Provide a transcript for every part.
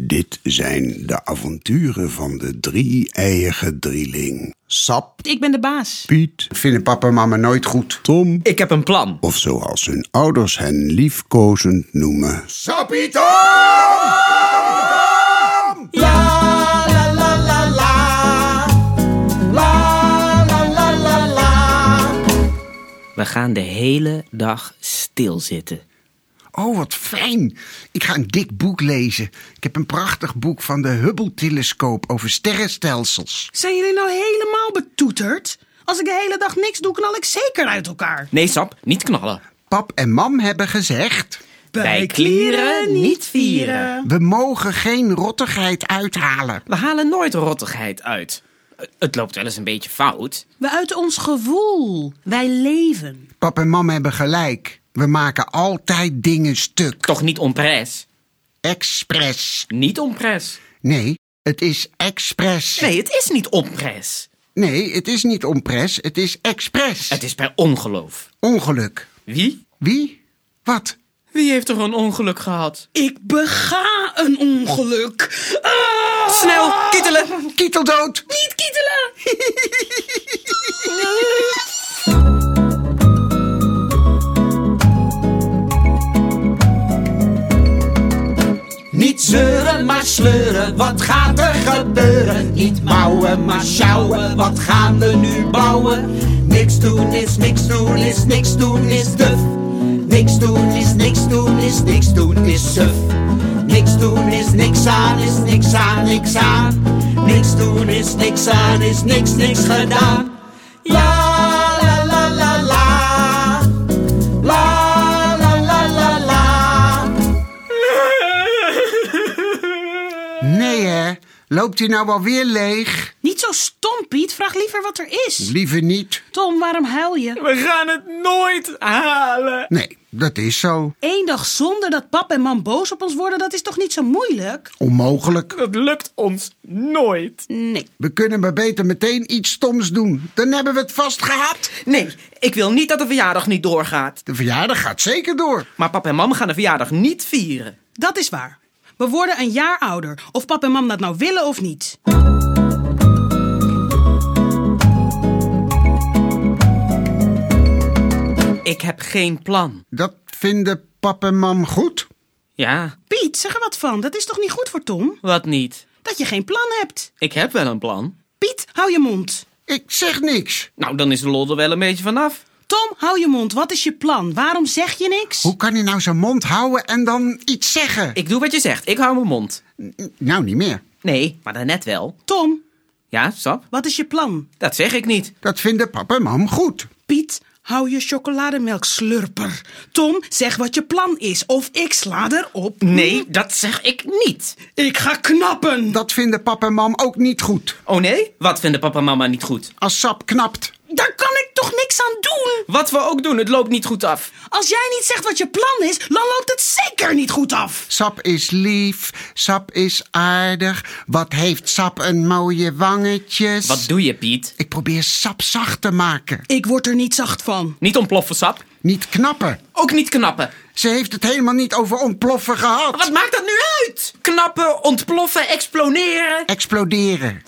Dit zijn de avonturen van de drie-eiige drieling. Sap. Ik ben de baas. Piet. Vinden papa en mama nooit goed. Tom. Ik heb een plan. Of zoals hun ouders hen liefkozend noemen. Sappie Tom! La la la la la. La la la la la. We gaan de hele dag stilzitten. Oh, wat fijn. Ik ga een dik boek lezen. Ik heb een prachtig boek van de Hubble-telescoop over sterrenstelsels. Zijn jullie nou helemaal betoeterd? Als ik de hele dag niks doe, knal ik zeker uit elkaar. Nee, Sap, niet knallen. Pap en mam hebben gezegd... Bij klieren niet vieren. We mogen geen rottigheid uithalen. We halen nooit rottigheid uit. Het loopt wel eens een beetje fout. We uiten ons gevoel. Wij leven. Pap en mam hebben gelijk. We maken altijd dingen stuk. Toch niet onpres? Expres. Niet onpres. Nee, het is expres. Nee, het is niet onpres. Nee, het is niet onpres, het is expres. Het is bij ongeloof. Ongeluk. Wie? Wie? Wat? Wie heeft er een ongeluk gehad? Ik bega een ongeluk. Ah! Snel, kietelen! Kieteldood! Niet kietelen! Niet zeuren, maar sleuren, wat gaat er gebeuren? Niet mouwen, maar sjouwen, wat gaan we nu bouwen? Niks doen is niks doen is niks doen is duf. Niks doen is niks doen is niks doen is suf. Niks doen is niks aan is niks aan niks aan. Niks doen is niks aan is niks gedaan. La la la la la. La la la la la. Nee hè, loopt hij nou alweer leeg? Niet zo stom, Piet. Vraag liever wat er is. Liever niet. Tom, waarom huil je? We gaan het nooit halen. Nee, dat is zo. 1 dag zonder dat pap en mam boos op ons worden, dat is toch niet zo moeilijk? Onmogelijk. Dat lukt ons nooit. Nee. We kunnen maar beter meteen iets stoms doen. Dan hebben we het vast gehad. Nee, ik wil niet dat de verjaardag niet doorgaat. De verjaardag gaat zeker door. Maar pap en mam gaan de verjaardag niet vieren. Dat is waar. We worden een jaar ouder. Of pap en mam dat nou willen of niet. Ik heb geen plan. Dat vinden pap en mam goed. Ja, Piet, zeg er wat van. Dat is toch niet goed voor Tom? wat niet? Dat je geen plan hebt. Ik heb wel een plan. Piet, hou je mond. Ik zeg niks. Nou, dan is de lol er wel een beetje vanaf. Tom, hou je mond. Wat is je plan? Waarom zeg je niks? Hoe kan hij nou zijn mond houden en dan iets zeggen? Ik doe wat je zegt. Ik hou mijn mond. Nou, niet meer. Nee, maar daarnet wel. Tom, Ja, Sap? wat is je plan? Dat zeg ik niet. Dat vinden pap en mam goed. Piet, hou je chocolademelkslurper. Tom, zeg wat je plan is. Of ik sla erop. Nee, dat zeg ik niet. Ik ga knappen. Dat vinden pap en mam ook niet goed. Oh nee? Wat vinden papa en mama niet goed? Als Sap knapt. Daar kan ik toch niks aan doen? Wat we ook doen, het loopt niet goed af. Als jij niet zegt wat je plan is, dan loopt het zeker niet goed af. Sap is lief, Sap is aardig. Wat heeft Sap een mooie wangetjes. Wat doe je, Piet? Ik probeer Sap zacht te maken. Ik word er niet zacht van. Niet ontploffen, Sap. Niet knappen. Ook niet knappen. Ze heeft het helemaal niet over ontploffen gehad. Wat maakt dat nu uit? Knappen, ontploffen, exploderen. Exploderen.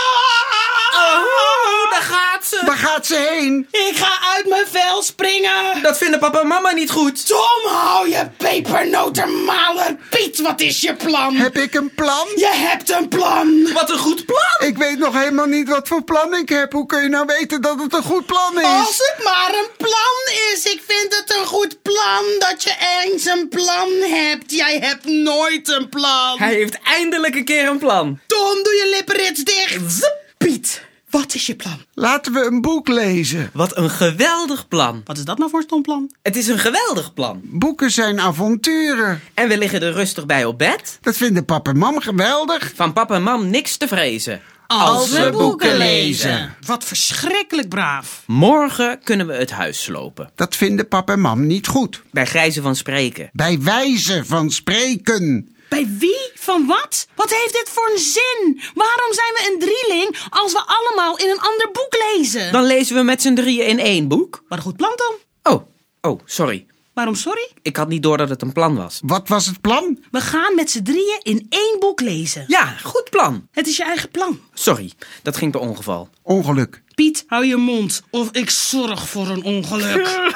Oh, daar gaat ze. Waar gaat ze heen? Ik ga uit mijn vel springen. Dat vinden papa en mama niet goed. Tom, hou je pepernotenmaler. Piet, wat is je plan? Heb ik een plan? Je hebt een plan. Wat een goed plan. Ik weet nog helemaal niet wat voor plan ik heb. Hoe kun je nou weten dat het een goed plan is? Als het maar een plan is. Ik vind het een goed plan dat je eens een plan hebt. Jij hebt nooit een plan. Hij heeft eindelijk een keer een plan. Tom, doe je lippen rits dicht. Zip. Piet, wat is je plan? Laten we een boek lezen. Wat een geweldig plan. Wat is dat nou voor stom plan? Het is een geweldig plan. Boeken zijn avonturen. En we liggen er rustig bij op bed. Dat vinden pap en mam geweldig. Van papa en mam niks te vrezen. Als we boeken lezen. Wat verschrikkelijk braaf. Morgen kunnen we het huis slopen. Dat vinden pap en mam niet goed. Bij grijze van spreken. Bij wijze van spreken. Bij wie? Van wat? Wat heeft dit voor een zin? Waarom zijn we een drieling als we allemaal in een ander boek lezen? Dan lezen we met z'n drieën in 1 boek. Wat een goed plan, Tom. Oh, sorry. Waarom sorry? Ik had niet door dat het een plan was. Wat was het plan? We gaan met z'n drieën in 1 boek lezen. Ja, goed plan. Het is je eigen plan. Sorry, dat ging per ongeval. Ongeluk. Piet, hou je mond of ik zorg voor een ongeluk.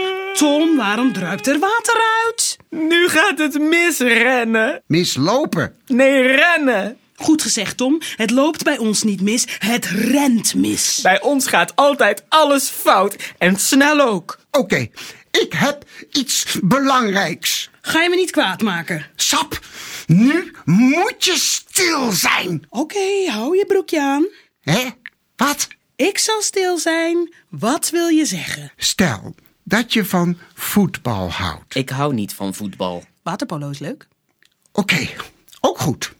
Tom, waarom druipt er water uit? Nu gaat het misrennen. Mislopen. Nee, rennen. Goed gezegd, Tom. Het loopt bij ons niet mis, het rent mis. Bij ons gaat altijd alles fout. En snel ook. Oké, ik heb iets belangrijks. Ga je me niet kwaad maken? Sap, nu moet je stil zijn. Oké, hou je broekje aan. Hè? Wat? Ik zal stil zijn. Wat wil je zeggen? Stel dat je van voetbal houdt. Ik hou niet van voetbal. Waterpolo is leuk. Oké, ook goed.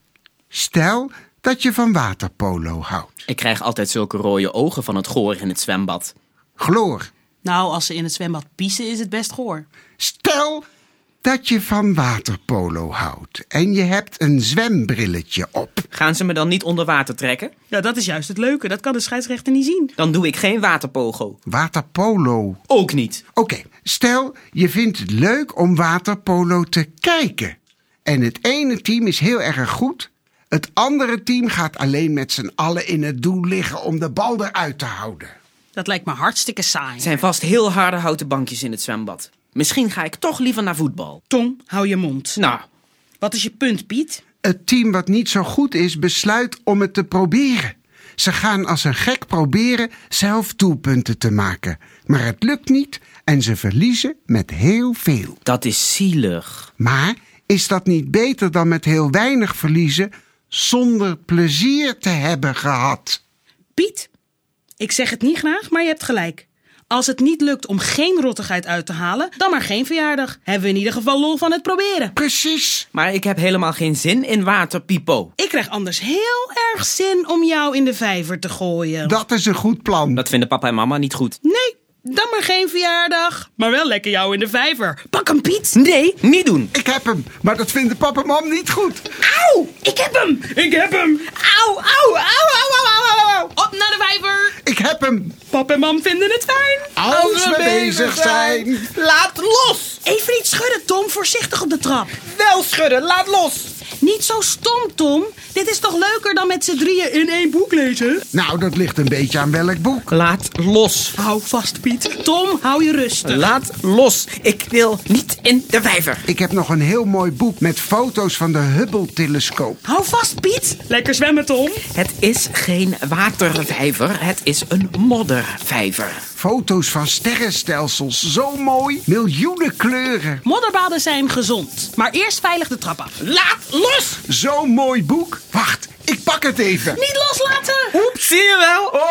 Stel dat je van waterpolo houdt. Ik krijg altijd zulke rode ogen van het goor in het zwembad. Chloor. Nou, als ze in het zwembad piezen is het best goor. Stel dat je van waterpolo houdt en je hebt een zwembrilletje op. Gaan ze me dan niet onder water trekken? Ja, dat is juist het leuke. Dat kan de scheidsrechter niet zien. Dan doe ik geen waterpogo. Waterpolo. Ook niet. Oké, stel je vindt het leuk om waterpolo te kijken. En het ene team is heel erg goed. Het andere team gaat alleen met z'n allen in het doel liggen om de bal eruit te houden. Dat lijkt me hartstikke saai. Er zijn vast heel harde houten bankjes in het zwembad. Misschien ga ik toch liever naar voetbal. Tom, hou je mond. Nou, Wat is je punt, Piet? Het team wat niet zo goed is, besluit om het te proberen. Ze gaan als een gek proberen zelf doelpunten te maken. Maar het lukt niet en ze verliezen met heel veel. dat is zielig. Maar is dat niet beter dan met heel weinig verliezen zonder plezier te hebben gehad? Piet, ik zeg het niet graag, maar je hebt gelijk. Als het niet lukt om geen rottigheid uit te halen, dan maar geen verjaardag. Hebben we in ieder geval lol van het proberen. Precies. Maar ik heb helemaal geen zin in waterpipo. Ik krijg anders heel erg zin om jou in de vijver te gooien. Dat is een goed plan. Dat vinden papa en mama niet goed. Nee, dan maar geen verjaardag. Maar wel lekker jou in de vijver. Pak hem, Piet. Nee, niet doen. Ik heb hem, maar dat vinden papa en mam niet goed. Auw, ik heb hem. Ik heb hem. Auw, auw, auw, auw, auw, auw, auw. Op naar de vijver. Ik heb hem. Pap en mam vinden het fijn. Als we bezig zijn. Laat los. Even niet schudden, Tom. Voorzichtig op de trap. Wel schudden, laat los. Niet zo stom, Tom. Dit is toch leuker dan met z'n drieën in 1 boek lezen? Nou, dat ligt een beetje aan welk boek. Laat los. Hou vast, Piet. Tom, hou je rustig. Laat los. Ik wil niet in de vijver. Ik heb nog een heel mooi boek met foto's van de Hubble-telescoop. Hou vast, Piet. Lekker zwemmen, Tom. Het is geen watervijver, het is een moddervijver. Foto's van sterrenstelsels, zo mooi. Miljoenen kleuren. Modderbaden zijn gezond. Maar eerst veilig de trap af. Laat los. Zo'n mooi boek. Wacht, ik pak het even. Niet loslaten. Oeps, zie je wel?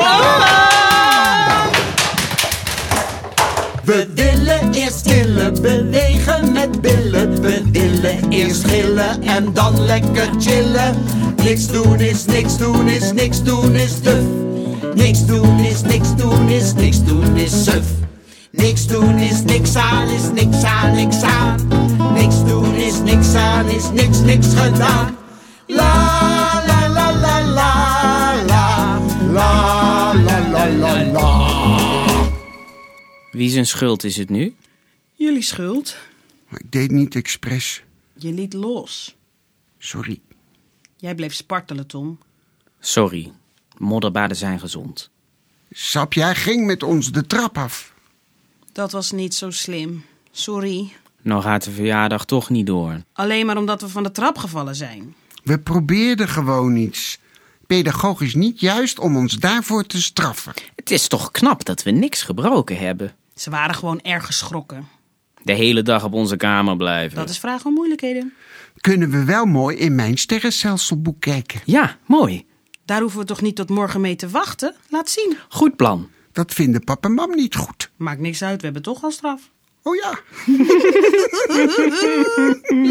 We willen eerst chillen, bewegen met billen. We willen eerst gillen en dan lekker chillen. Niks doen is niks doen is niks doen is duf. Niks doen is niks doen is niks doen is suf. Niks doen is niks aan is niks aan niks aan. Niks doen is niks aan is niks gedaan. La la la la la la la la la la la. Wie zijn schuld is het nu? Jullie schuld. Maar ik deed niet expres. Je liet los. Sorry. Jij bleef spartelen, Tom. Sorry, modderbaden zijn gezond. Sap, jij ging met ons de trap af. Dat was niet zo slim. Sorry. Nou gaat de verjaardag toch niet door. Alleen maar omdat we van de trap gevallen zijn. We probeerden gewoon iets. Pedagogisch niet juist om ons daarvoor te straffen. Het is toch knap dat we niks gebroken hebben. Ze waren gewoon erg geschrokken. De hele dag op onze kamer blijven. Dat is vragen om moeilijkheden. Kunnen we wel mooi in mijn sterrenstelselboek kijken. Ja, mooi. Daar hoeven we toch niet tot morgen mee te wachten? Laat zien. Goed plan. Dat vinden papa en mam niet goed. Maakt niks uit, we hebben toch al straf. Oh ja.